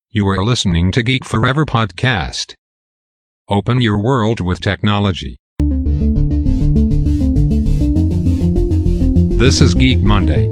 You are listening to Geek Forever podcast. Open your world with technology. This is Geek Monday.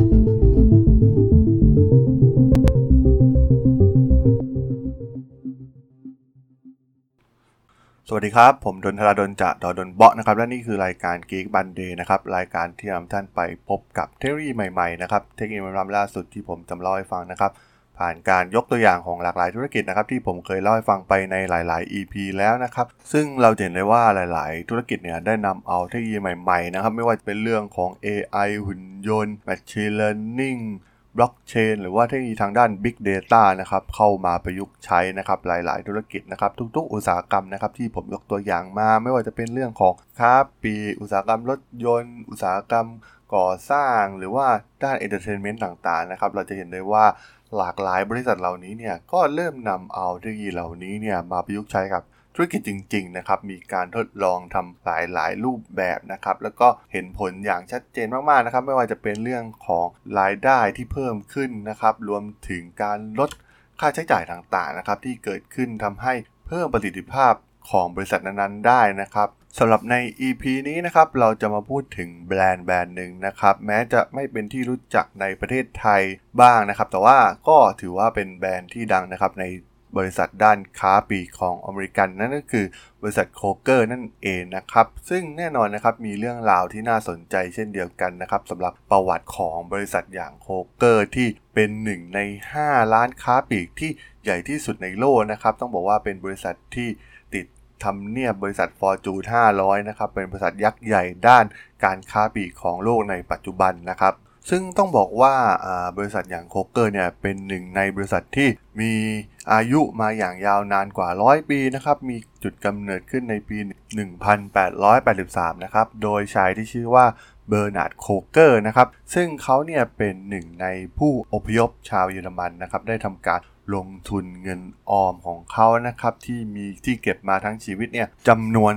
สวัสดีครับผมดนทราดลจากดนเบาะนะครับและนี่คือรายการ Geek Monday นะครับรายการที่นำท่านไปพบกับเทคโนโลยีใหม่ๆนะครับเทคโนโลยีใหม่ๆล่าสุดที่ผมจะเล่าให้ฟังนะครับผ่านการยกตัวอย่างของหลากหลายธุรกิจนะครับที่ผมเคยเล่าให้ฟังไปในหลายๆ EP แล้วนะครับซึ่งเราเห็นได้ว่าหลายๆธุรกิจเนี่ยได้นำเอาเทคโนโลยีใหม่ๆนะครับไม่ว่าจะเป็นเรื่องของ AI หุ่นยนต์ Machine Learningบล็อกเชนหรือว่าเทคโนโลยีทางด้าน Big Data นะครับเข้ามาประยุกต์ใช้นะครับหลายๆธุรกิจนะครับทุกๆอุตสาหกรรมนะครับที่ผมยกตัวอย่างมาไม่ว่าจะเป็นเรื่องของค้าปลีกอุตสาหกรรมรถยนต์อุตสาหกรรมก่อสร้างหรือว่าด้านเอนเตอร์เทนเมนต์ต่างๆนะครับเราจะเห็นได้ว่าหลากหลายบริษัทเหล่านี้เนี่ยก็เริ่มนำเอาเทคโนโลยีเหล่านี้เนี่ยมาประยุกต์ใช้กับธุรกิจจริงๆนะครับมีการทดลองทำหลายๆรูปแบบนะครับแล้วก็เห็นผลอย่างชัดเจนมากๆนะครับไม่ว่าจะเป็นเรื่องของรายได้ที่เพิ่มขึ้นนะครับรวมถึงการลดค่าใช้จ่ายต่างๆนะครับที่เกิดขึ้นทำให้เพิ่มประสิทธิภาพของบริษัทนั้นๆได้นะครับสำหรับใน EP นี้นะครับเราจะมาพูดถึงแบรนด์หนึ่งนะครับแม้จะไม่เป็นที่รู้จักในประเทศไทยบ้างนะครับแต่ว่าก็ถือว่าเป็นแบรนด์ที่ดังนะครับในบริษัทด้านค้าปลีกของอเมริกันนั่นก็คือบริษัทโคเกอร์นั่นเองนะครับซึ่งแน่นอนนะครับมีเรื่องราวที่น่าสนใจเช่นเดียวกันนะครับสำหรับประวัติของบริษัทอย่างโคเกอร์ที่เป็นหนึ่งใน5ร้านค้าปลีกที่ใหญ่ที่สุดในโลกนะครับต้องบอกว่าเป็นบริษัทที่ติดทำเนียบบริษัท Fortune 500นะครับเป็นบริษัทยักษ์ใหญ่ด้านการค้าปลีกของโลกในปัจจุบันนะครับซึ่งต้องบอกว่าบริษัทอย่างโคเกอร์เนี่ยเป็นหนึ่งในบริษัทที่มีอายุมาอย่างยาวนานกว่า100ปีนะครับมีจุดกำเนิดขึ้นในปี1883นะครับโดยชายที่ชื่อว่าเบอร์นาร์ดโคเกอร์นะครับซึ่งเขาเนี่ยเป็นหนึ่งในผู้อพยพชาวเยอรมันนะครับได้ทำการลงทุนเงินออมของเขานะครับที่มีที่เก็บมาทั้งชีวิตเนี่ยจำนวน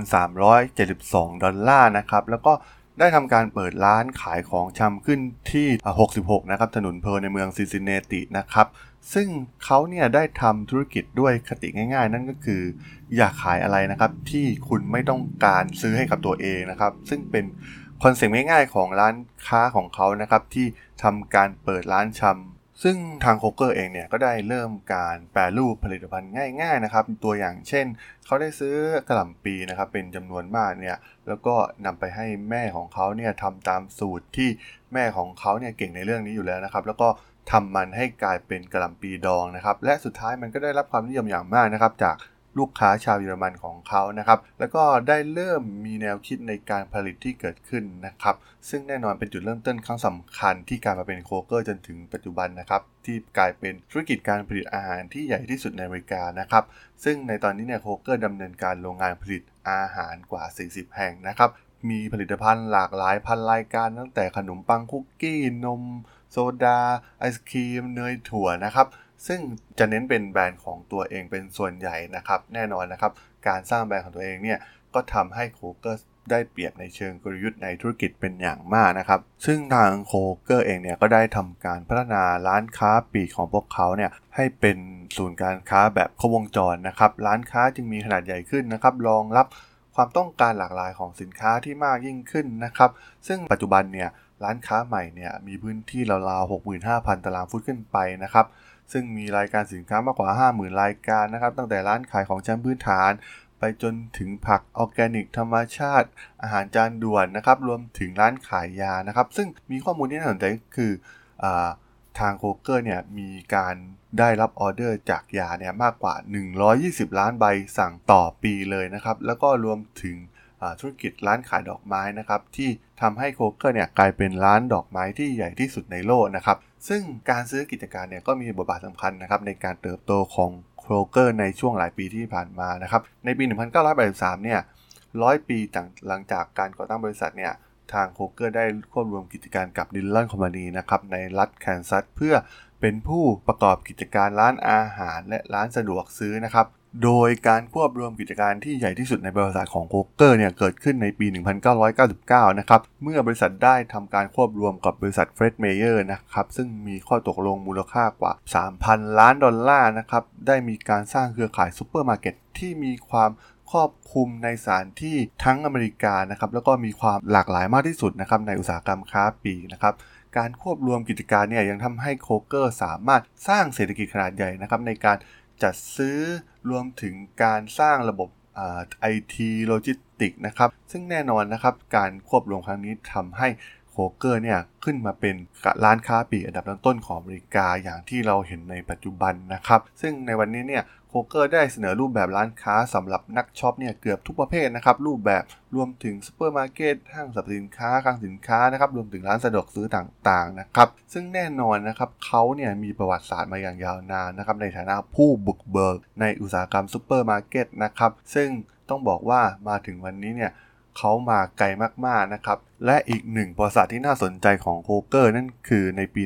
$372นะครับแล้วก็ได้ทำการเปิดร้านขายของชำขึ้นที่66นะครับถนนเพร์ลในเมืองซินซินเนตินะครับซึ่งเขาเนี่ยได้ทำธุรกิจด้วยคติง่ายๆนั่นก็คืออยากขายอะไรนะครับที่คุณไม่ต้องการซื้อให้กับตัวเองนะครับซึ่งเป็นคอนเซ็ปต์ง่ายๆของร้านค้าของเขานะครับที่ทำการเปิดร้านชำซึ่งทางโคเกอร์เองเนี่ยก็ได้เริ่มการแปรรูปผลิตภัณฑ์ง่ายๆนะครับตัวอย่างเช่นเขาได้ซื้อกะหล่ำปีนะครับเป็นจำนวนมากเนี่ยแล้วก็นำไปให้แม่ของเขาเนี่ยทำตามสูตรที่แม่ของเขาเนี่ยเก่งในเรื่องนี้อยู่แล้วนะครับแล้วก็ทำมันให้กลายเป็นกะหล่ำปีดองนะครับและสุดท้ายมันก็ได้รับความนิยมอย่างมากนะครับจากลูกค้าชาวเยอรมันของเขานะครับแล้วก็ได้เริ่มมีแนวคิดในการผลิตที่เกิดขึ้นนะครับซึ่งแน่นอนเป็นจุดเริ่มต้นครั้งสำคัญที่การมาเป็นโคเกอร์จนถึงปัจจุบันนะครับที่กลายเป็นธุรกิจการผลิตอาหารที่ใหญ่ที่สุดในอเมริกานะครับซึ่งในตอนนี้เนี่ยโคเกอร์ดำเนินการโรงงานผลิตอาหารกว่า40แห่งนะครับมีผลิตภัณฑ์หลากหลายพันรายการตั้งแต่ขนมปังคุกกี้นมโซดาไอศครีมเนยถั่วนะครับซึ่งจะเน้นเป็นแบรนด์ของตัวเองเป็นส่วนใหญ่นะครับแน่นอนนะครับการสร้างแบรนด์ของตัวเองเนี่ยก็ทำให้โคเกอร์ได้เปรียบในเชิงกลยุทธ์ในธุรกิจเป็นอย่างมากนะครับซึ่งทางโคเกอร์เองเนี่ยก็ได้ทำการพัฒนาร้านค้าปลีกของพวกเขาเนี่ยให้เป็นศูนย์การค้าแบบครบวงจรนะครับร้านค้าจึงมีขนาดใหญ่ขึ้นนะครับรองรับความต้องการหลากหลายของสินค้าที่มากยิ่งขึ้นนะครับซึ่งปัจจุบันเนี่ยร้านค้าใหม่เนี่ยมีพื้นที่ราวๆ 65,000 ตารางฟุตขึ้นไปนะครับซึ่งมีรายการสินค้ามากกว่า 50,000 รายการนะครับตั้งแต่ร้านขายของชั้นพื้นฐานไปจนถึงผักออร์แกนิกธรรมชาติอาหารจานด่วนนะครับรวมถึงร้านขายยานะครับซึ่งมีข้อมูลที่น่าสนใจก็คือทางโคเกอร์เนี่ยมีการได้รับออเดอร์จากยาเนี่ยมากกว่า120ล้านใบสั่งต่อปีเลยนะครับแล้วก็รวมถึงธุรกิจร้านขายดอกไม้นะครับที่ทำให้โคเกอร์เนี่ยกลายเป็นร้านดอกไม้ที่ใหญ่ที่สุดในโลกนะครับซึ่งการซื้อกิจการเนี่ยก็มีบทบาทสำคัญนะครับในการเติบโตของโคเกอร์ในช่วงหลายปีที่ผ่านมานะครับในปี1983เนี่ย100ปีหลังจากการก่อตั้งบริษัทเนี่ยทางโคเกอร์ได้ควบรวมกิจการกับดิลลันคอมพานีนะครับในรัฐแคนซัสเพื่อเป็นผู้ประกอบกิจการร้านอาหารและร้านสะดวกซื้อนะครับโดยการควบรวมกิจการที่ใหญ่ที่สุดในบริษัทของโคเกอร์เนี่ยเกิดขึ้นในปี 1999 นะครับเมื่อบริษัทได้ทำการควบรวมกับบริษัทเฟร็ดเมเยอร์นะครับซึ่งมีข้อตกลงมูลค่ากว่า 3,000 ล้านดอลลาร์นะครับได้มีการสร้างเครือข่ายซูเปอร์มาร์เก็ตที่มีความครอบคลุมในสถานที่ทั้งอเมริกานะครับแล้วก็มีความหลากหลายมากที่สุดนะครับในอุตสาหกรรมค้าปลีกนะครับการควบรวมกิจการเนี่ยยังทำให้โคเกอร์สามารถสร้างเศรษฐกิจขนาดใหญ่นะครับในการจัดซื้อรวมถึงการสร้างระบบIT โลจิสติกนะครับซึ่งแน่นอนนะครับการควบรวมครั้งนี้ทำให้โคเกอร์เนี่ยขึ้นมาเป็นร้านค้าปลีกอันดับต้นๆของอเมริกาอย่างที่เราเห็นในปัจจุบันนะครับซึ่งในวันนี้เนี่ยโคเกอร์ได้เสนอรูปแบบร้านค้าสำหรับนักช็อปเนี่ยเกือบทุกประเภทนะครับรูปแบบรวมถึงซุปเปอร์มาร์เก็ตห้างสรรพสินค้าคลังสินค้านะครับรวมถึงร้านสะดวกซื้อต่างๆนะครับซึ่งแน่นอนนะครับเขาเนี่ยมีประวัติศาสตร์มาอย่างยาวนานนะครับในฐานะผู้บุกเบิกในอุตสาหกรรมซุปเปอร์มาร์เก็ตนะครับซึ่งต้องบอกว่ามาถึงวันนี้เนี่ยเขามาไกลมากๆนะครับและอีกหนึ่งประวัติศาสตร์ที่น่าสนใจของโคเกอร์นั่นคือในปี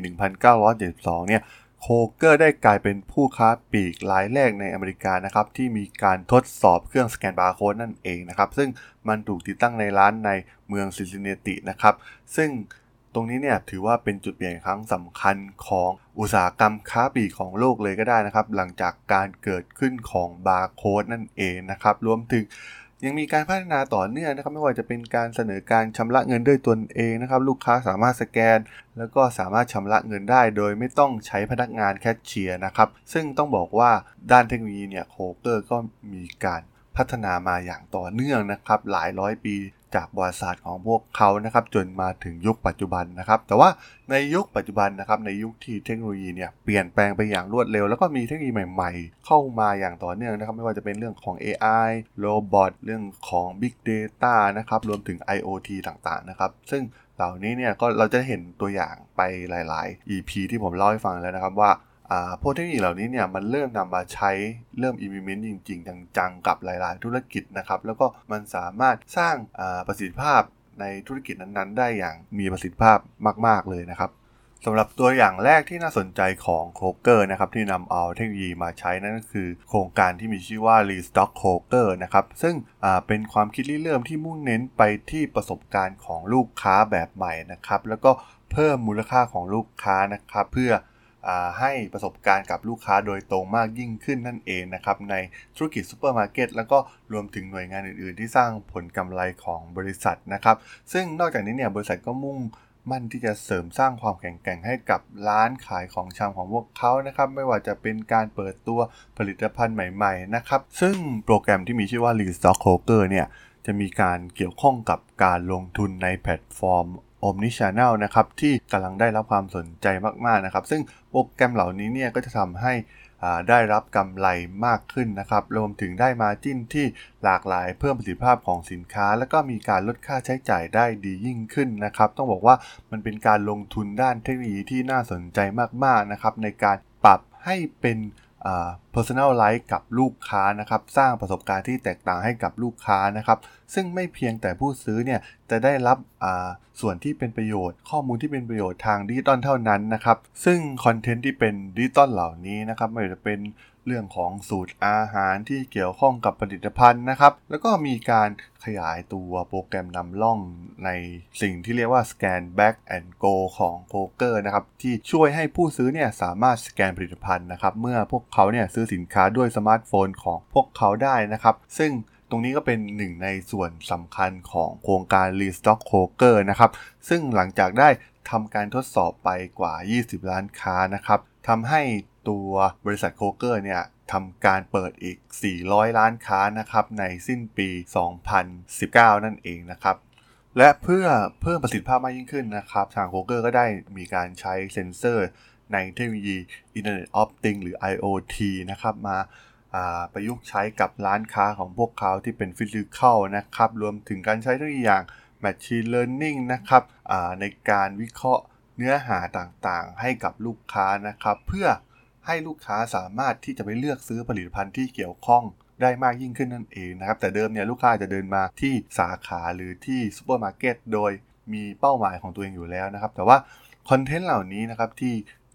1972 เนี่ยโคเกอร์ได้กลายเป็นผู้ค้าปลีกรายแรกในอเมริกานะครับที่มีการทดสอบเครื่องสแกนบาร์โค้ดนั่นเองนะครับซึ่งมันถูกติดตั้งในร้านในเมืองซินซินเนตินะครับซึ่งตรงนี้เนี่ยถือว่าเป็นจุดเปลี่ยนครั้งสำคัญของอุตสาหกรรมค้าปลีกของโลกเลยก็ได้นะครับหลังจากการเกิดขึ้นของบาร์โค้ดนั่นเองนะครับรวมถึงยังมีการพัฒนาต่อเนื่องนะครับไม่ว่าจะเป็นการเสนอการชำระเงินด้วยตนเองนะครับลูกค้าสามารถสแกนแล้วก็สามารถชำระเงินได้โดยไม่ต้องใช้พนักงานแคชเชียร์นะครับซึ่งต้องบอกว่าด้านเทคโนโลยีเนี่ยโคเกอร์ก็มีการพัฒนามาอย่างต่อเนื่องนะครับหลายร้อยปีจากประวัติศาสตร์ของพวกเขานะครับจนมาถึงยุคปัจจุบันนะครับแต่ว่าในยุคปัจจุบันนะครับในยุคที่เทคโนโลยีเนี่ยเปลี่ยนแปลงไปอย่างรวดเร็วแล้วก็มีเทคโนโลยีใหม่ๆเข้ามาอย่างต่อเนื่องนะครับไม่ว่าจะเป็นเรื่องของ AI โรบอทเรื่องของ Big Data นะครับรวมถึง IoT ต่างๆนะครับซึ่งเหล่านี้เนี่ยก็เราจะเห็นตัวอย่างไปหลายๆ EP ที่ผมเล่าให้ฟังแล้วนะครับว่าพวกเทคโนโลยีเหล่านี้เนี่ยมันเริ่มนำมาใช้เริ่ม implement จริงๆจังๆกับหลายๆธุรกิจนะครับแล้วก็มันสามารถสร้างประสิทธิภาพในธุรกิจนั้นๆได้อย่างมีประสิทธิภาพมากๆเลยนะครับสำหรับตัวอย่างแรกที่น่าสนใจของโคเกอร์นะครับที่นำเอาเทคโนโลยีมาใช้นั่นก็คือโครงการที่มีชื่อว่า Restock Kroger นะครับซึ่งเป็นความคิดริเริ่มที่มุ่งเน้นไปที่ประสบการณ์ของลูกค้าแบบใหม่นะครับแล้วก็เพิ่มมูลค่าของลูกค้านะครับเพื่อให้ประสบการณ์กับลูกค้าโดยตรงมากยิ่งขึ้นนั่นเองนะครับในธุรกิจซูเปอร์มาร์เก็ตแล้วก็รวมถึงหน่วยงานอื่นๆที่สร้างผลกำไรของบริษัทนะครับซึ่งนอกจากนี้เนี่ยบริษัทก็มุ่งมั่นที่จะเสริมสร้างความแข็งแกร่งให้กับร้านขายของชำของพวกเขานะครับไม่ว่าจะเป็นการเปิดตัวผลิตภัณฑ์ใหม่ๆนะครับซึ่งโปรแกรมที่มีชื่อว่า Restock Kroger เนี่ยจะมีการเกี่ยวข้องกับการลงทุนในแพลตฟอร์มOmnichannel นะครับที่กำลังได้รับความสนใจมากๆนะครับซึ่งโปรแกรมเหล่านี้เนี่ยก็จะทำให้ได้รับกำไรมากขึ้นนะครับรวมถึงได้มาร์จิ้นที่หลากหลายเพิ่มประสิทธิภาพของสินค้าแล้วก็มีการลดค่าใช้จ่ายได้ดียิ่งขึ้นนะครับต้องบอกว่ามันเป็นการลงทุนด้านเทคโนโลยีที่น่าสนใจมากๆนะครับในการปรับให้เป็นpersonalize กับลูกค้านะครับสร้างประสบการณ์ที่แตกต่างให้กับลูกค้านะครับซึ่งไม่เพียงแต่ผู้ซื้อเนี่ยจะได้รับส่วนที่เป็นประโยชน์ข้อมูลที่เป็นประโยชน์ทางดิจิตอลเท่านั้นนะครับซึ่งคอนเทนต์ที่เป็นดิจิตอลเหล่านี้นะครับไม่ว่าจะเป็นเรื่องของสูตรอาหารที่เกี่ยวข้องกับผลิตภัณฑ์นะครับแล้วก็มีการขยายตัวโปรแกรมนำร่องในสิ่งที่เรียกว่า Scan Back and Go ของ Kroger นะครับที่ช่วยให้ผู้ซื้อเนี่ยสามารถสแกนผลิตภัณฑ์นะครับเมื่อพวกเขาเนี่ยซื้อสินค้าด้วยสมาร์ทโฟนของพวกเขาได้นะครับซึ่งตรงนี้ก็เป็นหนึ่งในส่วนสำคัญของโครงการ Restock Kroger นะครับซึ่งหลังจากได้ทำการทดสอบไปกว่า20ล้านค้านะครับทำให้ตัวบริษัทโคเกอร์เนี่ยทำการเปิดอีก400ล้านค้านะครับในสิ้นปี 2019 นั่นเองนะครับและเพื่อเพิ่มประสิทธิภาพมากยิ่งขึ้นนะครับทางโคเกอร์ก็ได้มีการใช้เซ็นเซอร์ในเทคโนโลยี Internet of Things หรือ IoT นะครับมาประยุกต์ใช้กับร้านค้าของพวกเขาที่เป็นฟิสิคอลนะครับรวมถึงการใช้เทคโนโลยีอย่าง Machine Learning นะครับในการวิเคราะห์เนื้อหาต่างๆให้กับลูกค้านะครับเพื่อให้ลูกค้าสามารถที่จะไปเลือกซื้อผลิตภัณฑ์ที่เกี่ยวข้องได้มากยิ่งขึ้นนั่นเองนะครับแต่เดิมเนี่ยลูกค้าจะเดินมาที่สาขาหรือที่ซูเปอร์มาร์เก็ตโดยมีเป้าหมายของตัวเองอยู่แล้วนะครับแต่ว่าคอนเทนต์เหล่านี้นะครับที่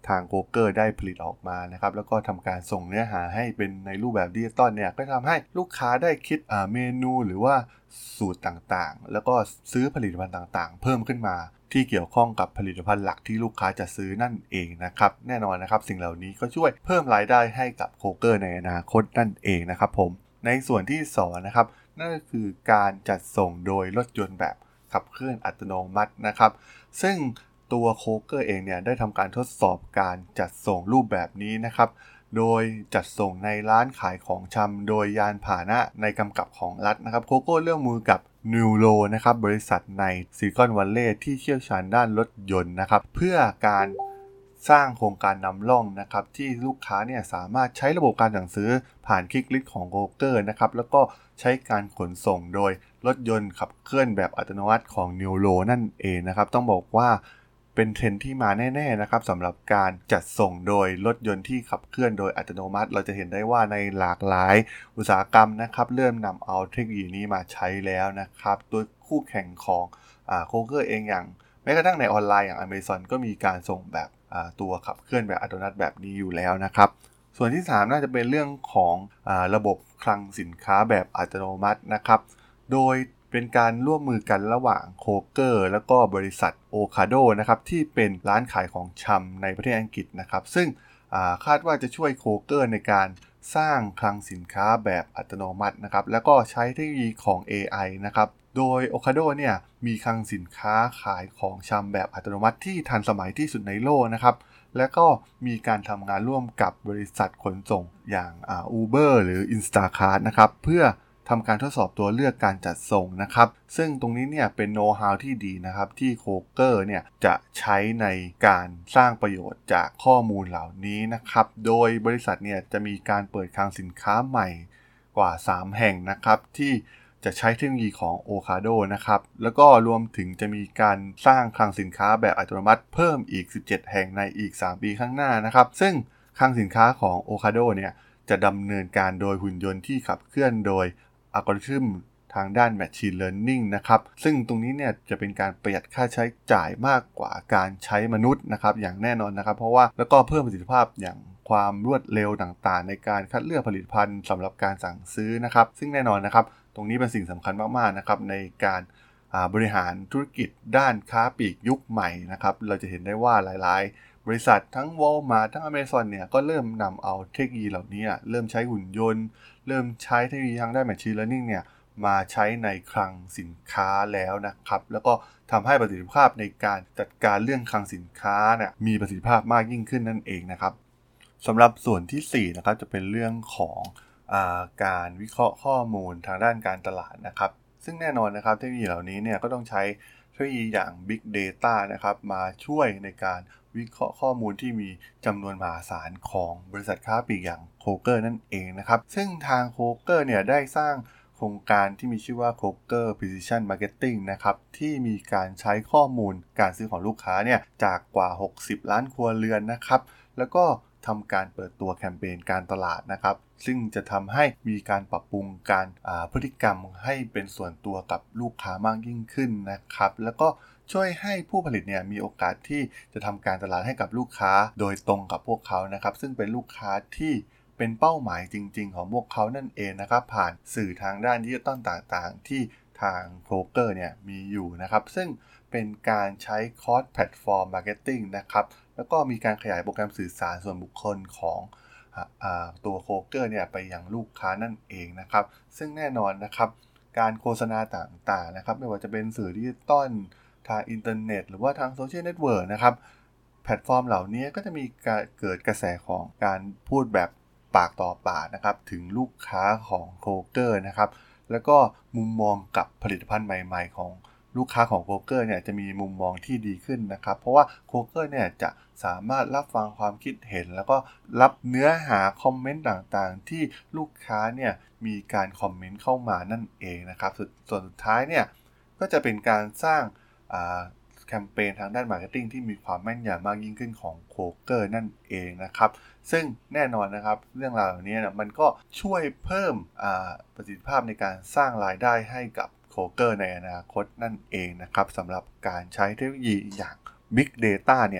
ทางโคเกอร์ได้ผลิตออกมานะครับแล้วก็ทำการส่งเนื้อหาให้เป็นในรูปแบบดิจิตอลเนี่ยก็ทำให้ลูกค้าได้คิดเมนูหรือว่าสูตรต่างๆแล้วก็ซื้อผลิตภัณฑ์ต่างๆเพิ่มขึ้นมาที่เกี่ยวข้องกับผลิตภัณฑ์หลักที่ลูกค้าจะซื้อนั่นเองนะครับแน่นอนนะครับสิ่งเหล่านี้ก็ช่วยเพิ่มรายได้ให้กับโคเกอร์ในอนาคตนั่นเองนะครับผมในส่วนที่2นะครับนั่นก็คือการจัดส่งโดยรถยนต์แบบขับเคลื่อนอัตโนมัตินะครับซึ่งตัวโคเกอร์เองเนี่ยได้ทำการทดสอบการจัดส่งรูปแบบนี้นะครับโดยจัดส่งในร้านขายของชำโดยยานพาหนะในกำกับของรัฐนะครับโคโก้ร่วมมือกับนิวโรนะครับบริษัทในซิลิคอนวัลเลย์ที่เชี่ยวชาญด้านรถยนต์นะครับเพื่อการสร้างโครงการนำร่องนะครับที่ลูกค้าเนี่ยสามารถใช้ระบบการสั่งซื้อผ่านคลิกลิสต์ของโคเกอร์นะครับแล้วก็ใช้การขนส่งโดยรถยนต์ขับเคลื่อนแบบอัตโนมัติของนิวโรนั่นเองนะครับต้องบอกว่าเป็นเทรนด์ที่มาแน่ๆนะครับสำหรับการจัดส่งโดยรถยนต์ที่ขับเคลื่อนโดยอัตโนมัติเราจะเห็นได้ว่าในหลากหลายอุตสาหกรรมนะครับเริ่มนำเอาเทคโนโลยีนี้มาใช้แล้วนะครับโดยคู่แข่งของโคเกอร์เองอย่างแม้กระทั่งในออนไลน์อย่าง Amazon ก็มีการส่งแบบตัวขับเคลื่อนแบบอัตโนมัติแบบนี้อยู่แล้วนะครับส่วนที่3น่าจะเป็นเรื่องของระบบคลังสินค้าแบบอัตโนมัตินะครับโดยเป็นการร่วมมือกันระหว่างโคเกอร์แล้วก็บริษัทโอคาโดนะครับที่เป็นร้านขายของชำในประเทศอังกฤษนะครับซึ่งคาดว่าจะช่วยโคเกอร์ในการสร้างคลังสินค้าแบบอัตโนมัตินะครับแล้วก็ใช้เทคโนโลยีของ AI นะครับโดย Ocado เนี่ยมีคลังสินค้าขายของชำแบบอัตโนมัติที่ทันสมัยที่สุดในโลกนะครับและก็มีการทำงานร่วมกับบริษัทขนส่งอย่างUber หรือ Instacart นะครับเพื่อทำการทดสอบตัวเลือกการจัดส่งนะครับซึ่งตรงนี้เนี่ยเป็นโน้ตฮาวที่ดีนะครับที่โคเกอร์เนี่ยจะใช้ในการสร้างประโยชน์จากข้อมูลเหล่านี้นะครับโดยบริษัทเนี่ยจะมีการเปิดคลังสินค้าใหม่กว่า3แห่งนะครับที่จะใช้เทคโนโลยีของ Ocado นะครับแล้วก็รวมถึงจะมีการสร้างคลังสินค้าแบบอัตโนมัติเพิ่มอีก17แห่งในอีก3ปีข้างหน้านะครับซึ่งคลังสินค้าของ Ocado เนี่ยจะดำเนินการโดยหุ่นยนต์ที่ขับเคลื่อนโดยอัลกอริทึมทางด้าน Machine Learning นะครับซึ่งตรงนี้เนี่ยจะเป็นการประหยัดค่าใช้จ่ายมากกว่าการใช้มนุษย์นะครับอย่างแน่นอนนะครับเพราะว่าแล้วก็เพิ่มประสิทธิภาพอย่างความรวดเร็วต่างๆในการคัดเลือกผลิตภัณฑ์สำหรับการสั่งซื้อนะครับซึ่งแน่นอนนะครับตรงนี้เป็นสิ่งสำคัญมากๆนะครับในการบริหารธุรกิจด้านค้าปลีกยุคใหม่นะครับเราจะเห็นได้ว่าหลายๆบริษัททั้ง Walmart ทั้ง Amazon เนี่ยก็เริ่มนำเอาเทคโนโลยีเหล่านี้เริ่มใช้หุ่นยนต์เริ่มใช้เทคโนโลยีทางด้าน Machine Learning เนี่ยมาใช้ในคลังสินค้าแล้วนะครับแล้วก็ทำให้ประสิทธิภาพในการจัดการเรื่องคลังสินค้าเนี่ยมีประสิทธิภาพมากยิ่งขึ้นนั่นเองนะครับสำหรับส่วนที่4นะครับจะเป็นเรื่องของการวิเคราะห์ข้อมูลทางด้านการตลาดนะครับซึ่งแน่นอนนะครับเทคโนโลยีเหล่านี้เนี่ยก็ต้องใช้เทคโนโลยีอย่าง Big Data นะครับมาช่วยในการวิเคราะห์ข้อมูลที่มีจำนวนมหาศาลของบริษัทค้าปลีกอย่างโคเกอร์นั่นเองนะครับซึ่งทางโคเกอร์เนี่ยได้สร้างโครงการที่มีชื่อว่า Kroger Precision Marketing นะครับที่มีการใช้ข้อมูลการซื้อของลูกค้าเนี่ยจากกว่า60ล้านครัวเรือนนะครับแล้วก็ทำการเปิดตัวแคมเปญการตลาดนะครับซึ่งจะทำให้มีการปรับปรุงการพฤติกรรมให้เป็นส่วนตัวกับลูกค้ามากยิ่งขึ้นนะครับแล้วก็ช่วยให้ผู้ผลิตเนี่ยมีโอกาสที่จะทำการตลาดให้กับลูกค้าโดยตรงกับพวกเขานะครับซึ่งเป็นลูกค้าที่เป็นเป้าหมายจริงๆของพวกเขานั่นเองนะครับผ่านสื่อทางด้านดิจิตอลต่างๆที่ทางโครเกอร์เนี่ยมีอยู่นะครับซึ่งเป็นการใช้คอร์สแพลตฟอร์มมาร์เก็ตติ้งนะครับแล้วก็มีการขยายโปรแกรมสื่อสารส่วนบุคคลของตัวโคเกอร์เนี่ยไปยังลูกค้านั่นเองนะครับซึ่งแน่นอนนะครับการโฆษณาต่างๆนะครับไม่ว่าจะเป็นสื่อดิจิตอลทางอินเทอร์เน็ตหรือว่าทางโซเชียลเน็ตเวิร์กนะครับแพลตฟอร์มเหล่านี้ก็จะมีการเกิดกระแสของการพูดแบบปากต่อปากนะครับถึงลูกค้าของโคเกอร์นะครับแล้วก็มุมมองกับผลิตภัณฑ์ใหม่ๆของลูกค้าของโคเกอร์เนี่ยจะมีมุมมองที่ดีขึ้นนะครับเพราะว่าโคเกอร์เนี่ยจะสามารถรับฟังความคิดเห็นแล้วก็รับเนื้อหาคอมเมนต์ต่างๆที่ลูกค้าเนี่ยมีการคอมเมนต์เข้ามานั่นเองนะครับส่วนสุดท้ายเนี่ยก็จะเป็นการสร้างแคมเปญทางด้านมาร์เก็ตติ้งที่มีความแม่นยำมากยิ่งขึ้นของโคเกอร์นั่นเองนะครับซึ่งแน่นอนนะครับเรื่องราวเหล่านี้นะมันก็ช่วยเพิ่มประสิทธิภาพในการสร้างรายได้ให้กับโคเกอร์ในอนาคตนั่นเองนะครับสำหรับการใช้เทคโนโลยีอย่าง Big Data เนี่ย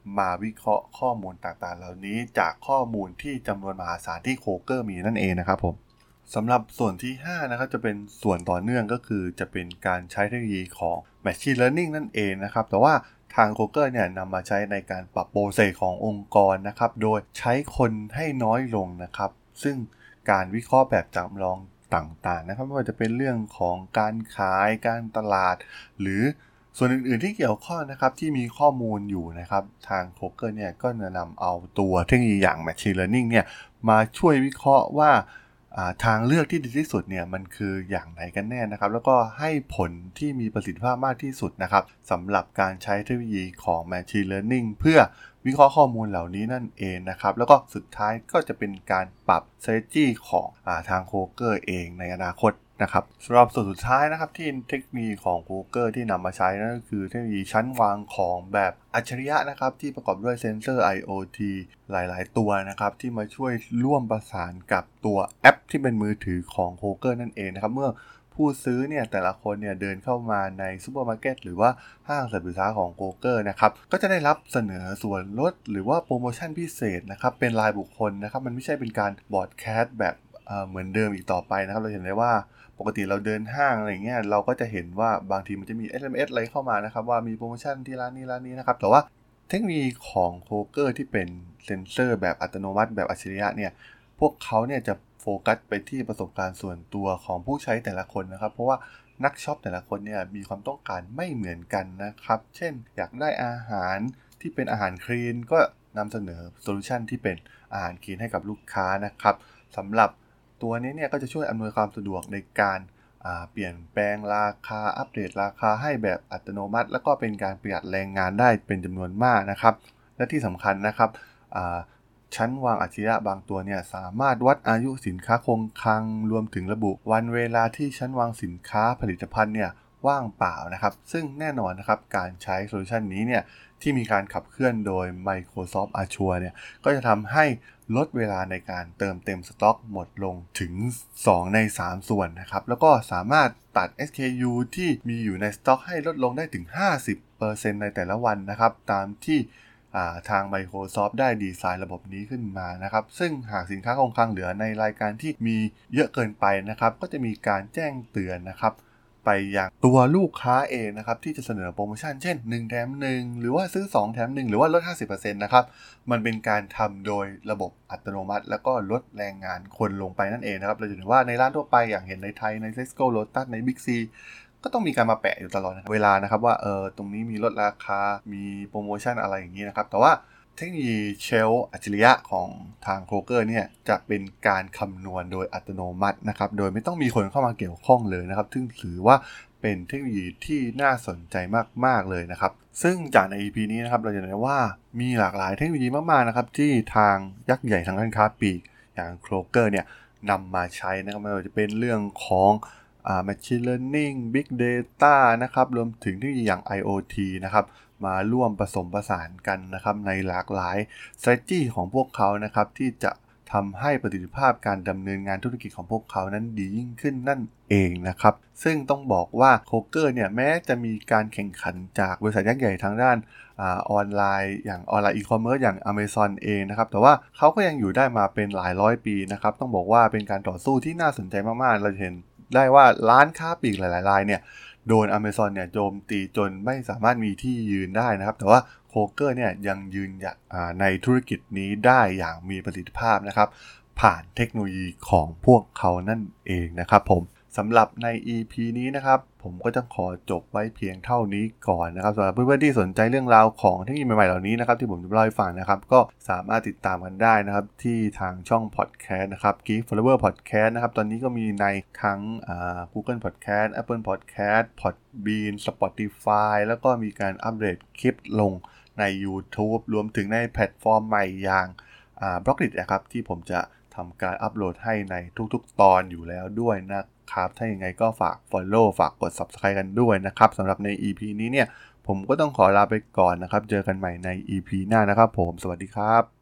มาวิเคราะห์ข้อมูลต่างๆเหล่านี้จากข้อมูลที่จำนวนมหาศาลที่โคเกอร์มีนั่นเองนะครับผมสำหรับส่วนที่5นะครับจะเป็นส่วนต่อเนื่องก็คือจะเป็นการใช้เทคโนโลยีของ Machine Learning นั่นเองนะครับแต่ว่าทาง Google เนี่ยนำมาใช้ในการปรับโปรเซสขององค์กรนะครับโดยใช้คนให้น้อยลงนะครับซึ่งการวิเคราะห์แบบจำลองต่างๆนะครับไม่ว่าจะเป็นเรื่องของการขายการตลาดหรือส่วนอื่นๆที่เกี่ยวข้องนะครับที่มีข้อมูลอยู่นะครับทาง Google เนี่ยก็จะนำเอาตัวเทคโนโลยีอย่าง Machine Learning เนี่ยมาช่วยวิเคราะห์ว่าทางเลือกที่ดีที่สุดเนี่ยมันคืออย่างไหนกันแน่นะครับแล้วก็ให้ผลที่มีประสิทธิภาพมากที่สุดนะครับสำหรับการใช้เทคโนโลยีของ Machine Learning เพื่อวิเคราะห์ข้อมูลเหล่านี้นั่นเองนะครับแล้วก็สุดท้ายก็จะเป็นการปรับ strategy ของทาง Google เองในอนาคตนะครับสำหรับส่วนสุดท้ายนะครับที่เทคโนโลยีของ Google ที่นำมาใช้นั่นก็คือเทคโนโลยีชั้นวางของแบบอัจฉริยะนะครับที่ประกอบด้วยเซ็นเซอร์ IoT หลายๆตัวนะครับที่มาช่วยร่วมประสานกับตัวแอปที่เป็นมือถือของ Google นั่นเองนะครับเมื่อผู้ซื้อเนี่ยแต่ละคนเนี่ยเดินเข้ามาในซูเปอร์มาร์เก็ตหรือว่าห้างสรรพสินค้าของ Google นะครับก็จะได้รับเสนอส่วนลดหรือว่าโปรโมชั่นพิเศษนะครับเป็นรายบุคคลนะครับมันไม่ใช่เป็นการบอดแคสต์แบบเหมือนเดิมอีกต่อไปนะครับเราเห็นได้ว่าปกติเราเดินห้างอะไรเงี้ยเราก็จะเห็นว่าบางทีมันจะมี SMS อะไรเข้ามานะครับว่ามีโปรโมชั่นที่ร้านนี้นะครับแต่ว่าเทคโนโลยีของ Google ที่เป็นเซ็นเซอร์แบบอัตโนมัติแบบอัจฉริยะเนี่ยพวกเขาเนี่ยจะโฟกัสไปที่ประสบการณ์ส่วนตัวของผู้ใช้แต่ละคนนะครับเพราะว่านักช็อปแต่ละคนเนี่ยมีความต้องการไม่เหมือนกันนะครับเช่นอยากได้อาหารที่เป็นอาหารคลีนก็นำเสนอโซลูชันที่เป็นอาหารคลีนให้กับลูกค้านะครับสำหรับตัวนี้เนี่ยก็จะช่วยอำนวยความสะดวกในการเปลี่ยนแปลงราคาอัปเดตราคาให้แบบอัตโนมัติแล้วก็เป็นการประหยัดแรงงานได้เป็นจำนวนมากนะครับและที่สำคัญนะครับชั้นวางอัจฉริยะบางตัวเนี่ยสามารถวัดอายุสินค้าคงคลังรวมถึงระบุวันเวลาที่ชั้นวางสินค้าผลิตภัณฑ์เนี่ยว่างเปล่านะครับซึ่งแน่นอนนะครับการใช้โซลูชันนี้เนี่ยที่มีการขับเคลื่อนโดย Microsoft Azure เนี่ยก็จะทำให้ลดเวลาในการเติมเต็มสต็อกหมดลงถึง2 ใน 3 ส่วนนะครับแล้วก็สามารถตัด SKU ที่มีอยู่ในสต็อกให้ลดลงได้ถึง 50% ในแต่ละวันนะครับตามที่ทาง Microsoft ได้ดีไซน์ระบบนี้ขึ้นมานะครับซึ่งหากสินค้าคงคลังเหลือในรายการที่มีเยอะเกินไปนะครับก็จะมีการแจ้งเตือนนะครับไปยังตัวลูกค้าเองนะครับที่จะเสนอโปรโมชั่นเช่น1แถม1หรือว่าซื้อ2แถม1หรือว่าลด 50% นะครับมันเป็นการทำโดยระบบอัตโนมัติแล้วก็ลดแรงงานคนลงไปนั่นเองนะครับเราจะเห็นว่าในร้านทั่วไปอย่างเห็นในไทยใน Tesco Lotus ใน Big Cก็ต้องมีการมาแปะอยู่ตลอดเวลานะครับว่าตรงนี้มีลดราคามีโปรโมชั่นอะไรอย่างนี้นะครับแต่ว่าเทคโนโลยีเชลอัจฉริยะของทาง Kroger เนี่ยจะเป็นการคำนวณโดยอัตโนมัตินะครับโดยไม่ต้องมีคนเข้ามาเกี่ยวข้องเลยนะครับซึ่งถือว่าเป็นเทคโนโลยีที่น่าสนใจมากๆเลยนะครับซึ่งจากใน EP นี้นะครับเราจะเห็นได้ว่ามีหลากหลายเทคโนโลยีมากๆนะครับที่ทางยักษ์ใหญ่ทางการค้าปลีกอย่าง Kroger เนี่ยนำมาใช้นะครับไม่ว่าจะเป็นเรื่องของMachine Learning Big Data นะครับรวมถึงเทคโนโลยีอย่าง IoT นะครับมาร่วมผสมผสานกันนะครับในหลากหลาย strategy ของพวกเขานะครับที่จะทำให้ประสิทธิภาพการดำเนินงานธุรกิจของพวกเขานั้นดียิ่งขึ้นนั่นเองนะครับซึ่งต้องบอกว่าโคเกอร์เนี่ยแม้จะมีการแข่งขันจากบริษัทยักษ์ใหญ่ทางด้านออนไลน์อย่างออนไลน์อีคอมเมิร์ซอย่าง Amazon เองนะครับแต่ว่าเขาก็ยังอยู่ได้มาเป็นหลายร้อยปีนะครับต้องบอกว่าเป็นการต่อสู้ที่น่าสนใจมากๆเราเห็นได้ว่าร้านค้าปลีกหลายๆรายเนี่ยโดน Amazon เนี่ยโจมตีจนไม่สามารถมีที่ยืนได้นะครับแต่ว่าโคเกอร์เนี่ยยังยืนในธุรกิจนี้ได้อย่างมีประสิทธิภาพนะครับผ่านเทคโนโลยีของพวกเขานั่นเองนะครับผมสำหรับใน EP นี้นะครับผมก็จะขอจบไว้เพียงเท่านี้ก่อนนะครับสำหรับเพื่อนๆที่สนใจเรื่องราวของเทคโนโลยีใหม่ๆเหล่านี้นะครับที่ผมจะเล่าให้ฟังนะครับก็สามารถติดตามกันได้นะครับที่ทางช่อง Podcast นะครับ Geek Forever Podcast นะครับตอนนี้ก็มีในทั้งGoogle Podcast Apple Podcast Podbean Spotify แล้วก็มีการอัปเดตคลิปลงใน YouTube รวมถึงในแพลตฟอร์มใหม่อย่างBlockdit นะครับที่ผมจะทำการอัปโหลดให้ในทุกๆตอนอยู่แล้วด้วยนะครับถ้าอย่างไรก็ฝาก follow ฝากกด subscribe กันด้วยนะครับสำหรับใน EP นี้เนี่ยผมก็ต้องขอลาไปก่อนนะครับเจอกันใหม่ใน EP หน้านะครับผมสวัสดีครับ